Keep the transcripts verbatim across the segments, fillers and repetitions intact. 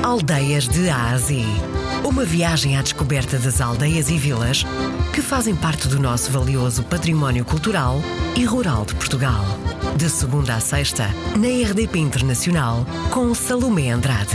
Aldeias de A a Z. Uma viagem à descoberta das aldeias e vilas que fazem parte do nosso valioso património cultural e rural de Portugal. De segunda a sexta, na R D P Internacional, com Salomé Andrade.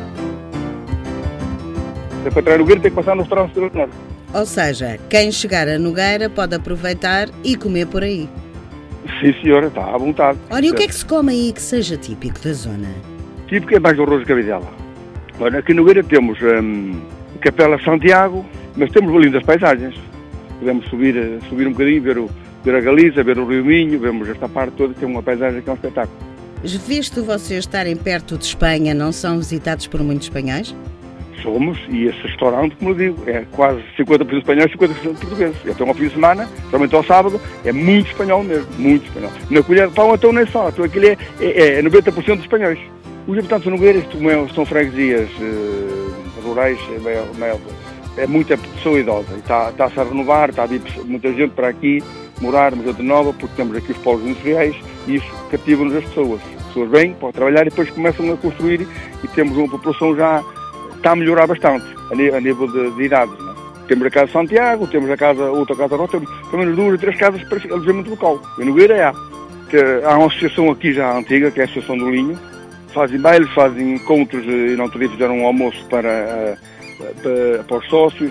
Para entrar no Nogueira tem que passar no restaurante do Norte. Ou seja, quem chegar a Nogueira pode aproveitar e comer por aí. Sim, senhora, está à vontade. Ora, e o que é que se come aí que seja típico da zona? Típico é mais do arroz de cabidela. Olha, aqui no Nogueira temos hum, Capela Santiago, mas temos lindas paisagens. Podemos subir, subir um bocadinho, ver, o, ver a Galiza, ver o Rio Minho, vemos esta parte toda, tem uma paisagem que é um espetáculo. Visto vocês estarem perto de Espanha, não são visitados por muitos espanhóis? Somos, e esse restaurante, como eu digo, é quase cinquenta por cento espanhóis e cinquenta por cento portugueses. Então, ao fim de semana, somente ao sábado, é muito espanhol mesmo, muito espanhol. Na colher de pão, então, nem só, então aquilo é, é, é noventa por cento de espanhóis. Os habitantes de Nogueira são freguesias uh, rurais, é, é muita pessoa idosa, está, está-se a renovar, está a vir muita gente para aqui morar, uma gente nova, porque temos aqui os polos industriais e isso cativa-nos as pessoas. As pessoas vêm para trabalhar e depois começam a construir e temos uma população já, está a melhorar bastante, a nível, a nível de, de idades. Não é? Temos a Casa Santiago, temos a casa, outra Casa Rota, temos pelo menos duas ou três casas para alojamento local. Em Nogueira há. Há uma associação aqui já antiga, que é a Associação do Linho. Fazem bailes, fazem encontros e não outro dia fizeram um almoço para, para, para os sócios.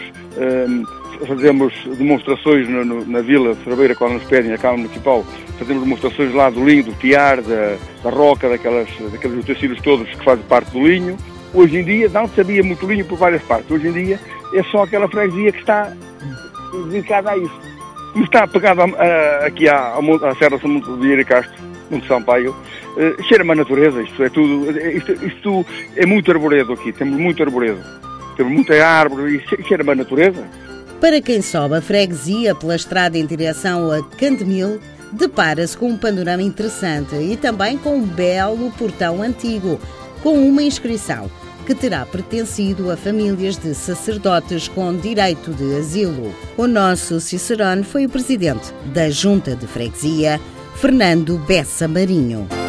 Fazemos demonstrações no, no, na Vila de Cerveira, quando nos pedem a Câmara Municipal. Fazemos demonstrações lá do linho, do tiar, da, da roca, daquelas, daqueles utensílios todos que fazem parte do linho. Hoje em dia, não sabia muito linho por várias partes. Hoje em dia é só aquela freguesia que está dedicada a isso. Como está pegada aqui à, à Serra de São Vieira Castro, Monte Sampaio, uh, cheira-me a natureza, isto é tudo, isto, isto é muito arboredo aqui, temos muito arboredo, temos muita árvore e cheira-me a natureza. Para quem sobe a freguesia pela estrada em direção a Candemil, depara-se com um panorama interessante e também com um belo portão antigo, com uma inscrição que terá pertencido a famílias de sacerdotes com direito de asilo. O nosso cicerone foi o presidente da Junta de Freguesia, Fernando Bessa Marinho.